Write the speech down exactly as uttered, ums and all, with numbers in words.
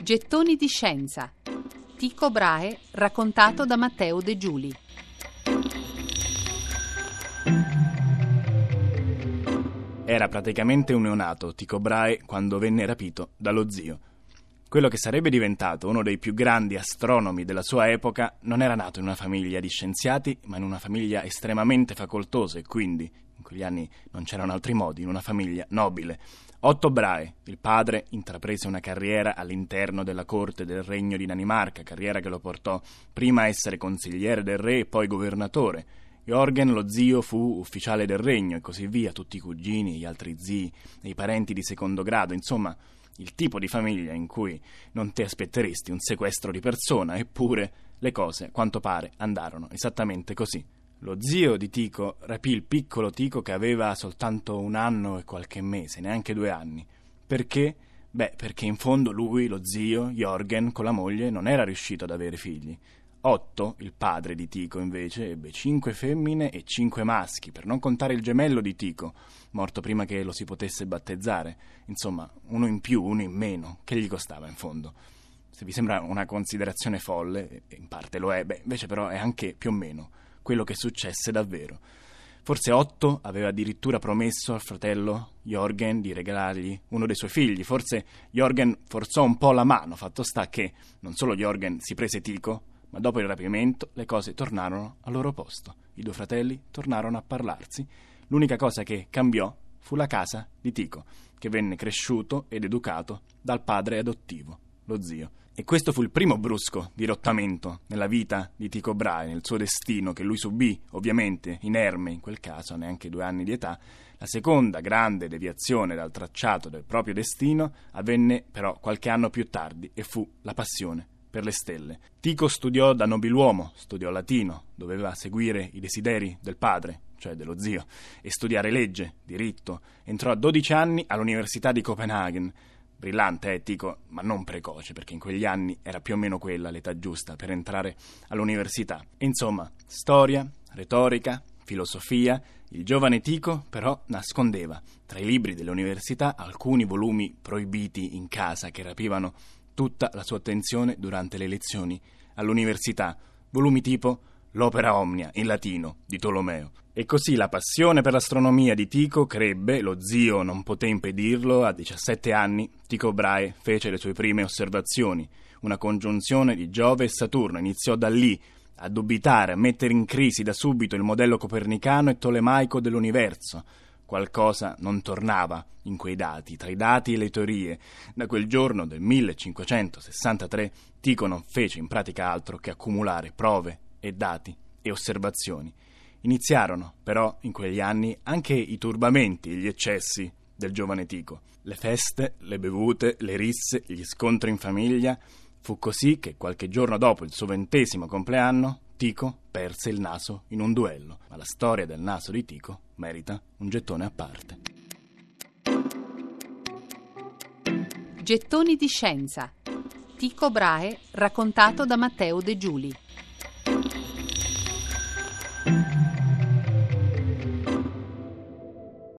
Gettoni di scienza. Tycho Brahe raccontato da Matteo De Giuli. Era praticamente un neonato Tycho Brahe quando venne rapito dallo zio. Quello che sarebbe diventato uno dei più grandi astronomi della sua epoca non era nato in una famiglia di scienziati, ma in una famiglia estremamente facoltosa e quindi, in quegli anni non c'erano altri modi, in una famiglia nobile. Otto Brahe, il padre, intraprese una carriera all'interno della corte del regno di Danimarca, carriera che lo portò prima a essere consigliere del re e poi governatore. Jørgen, lo zio, fu ufficiale del regno e così via, tutti i cugini, gli altri zii e i parenti di secondo grado, insomma, il tipo di famiglia in cui non ti aspetteresti un sequestro di persona, eppure le cose, a quanto pare, andarono esattamente così. Lo zio di Tycho rapì il piccolo Tycho che aveva soltanto un anno e qualche mese, neanche due anni. Perché? Beh, perché in fondo lui, lo zio, Jørgen, con la moglie, non era riuscito ad avere figli. Otto, il padre di Tycho, invece, ebbe cinque femmine e cinque maschi, per non contare il gemello di Tycho, morto prima che lo si potesse battezzare. Insomma, uno in più, uno in meno, che gli costava in fondo? Se vi sembra una considerazione folle, e in parte lo è, beh, invece però è anche più o meno quello che successe davvero. Forse Otto aveva addirittura promesso al fratello Jørgen di regalargli uno dei suoi figli. Forse Jørgen forzò un po' la mano, fatto sta che non solo Jørgen si prese Tycho, ma dopo il rapimento le cose tornarono al loro posto. I due fratelli tornarono a parlarsi. L'unica cosa che cambiò fu la casa di Tycho, che venne cresciuto ed educato dal padre adottivo, lo zio. E questo fu il primo brusco dirottamento nella vita di Tycho Brahe, nel suo destino che lui subì, ovviamente, inerme in quel caso, neanche due anni di età. La seconda grande deviazione dal tracciato del proprio destino avvenne però qualche anno più tardi e fu la passione per le stelle. Tycho studiò da nobiluomo, studiò latino, doveva seguire i desideri del padre, cioè dello zio, e studiare legge, diritto. Entrò a dodici anni all'Università di Copenaghen. Brillante, eh, Tycho, ma non precoce, perché in quegli anni era più o meno quella l'età giusta per entrare all'università. Insomma, storia, retorica, filosofia. Il giovane Tycho, però, nascondeva tra i libri dell'università alcuni volumi proibiti in casa che rapivano tutta la sua attenzione durante le lezioni all'università, volumi tipo L'Opera Omnia in latino di Tolomeo. E così la passione per l'astronomia di Tycho crebbe, lo zio non poté impedirlo, a diciassette anni Tycho Brahe fece le sue prime osservazioni. Una congiunzione di Giove e Saturno iniziò da lì a dubitare, a mettere in crisi da subito il modello copernicano e tolemaico dell'universo. Qualcosa non tornava in quei dati, tra i dati e le teorie. Da quel giorno del millecinquecentosessantatré Tycho non fece in pratica altro che accumulare prove e dati e osservazioni. Iniziarono, però, in quegli anni anche i turbamenti e gli eccessi del giovane Tycho. Le feste, le bevute, le risse, gli scontri in famiglia. Fu così che qualche giorno dopo il suo ventesimo compleanno Tycho perse il naso in un duello, ma la storia del naso di Tycho merita un gettone a parte. Gettoni di scienza. Tycho Brahe raccontato da Matteo De Giuli.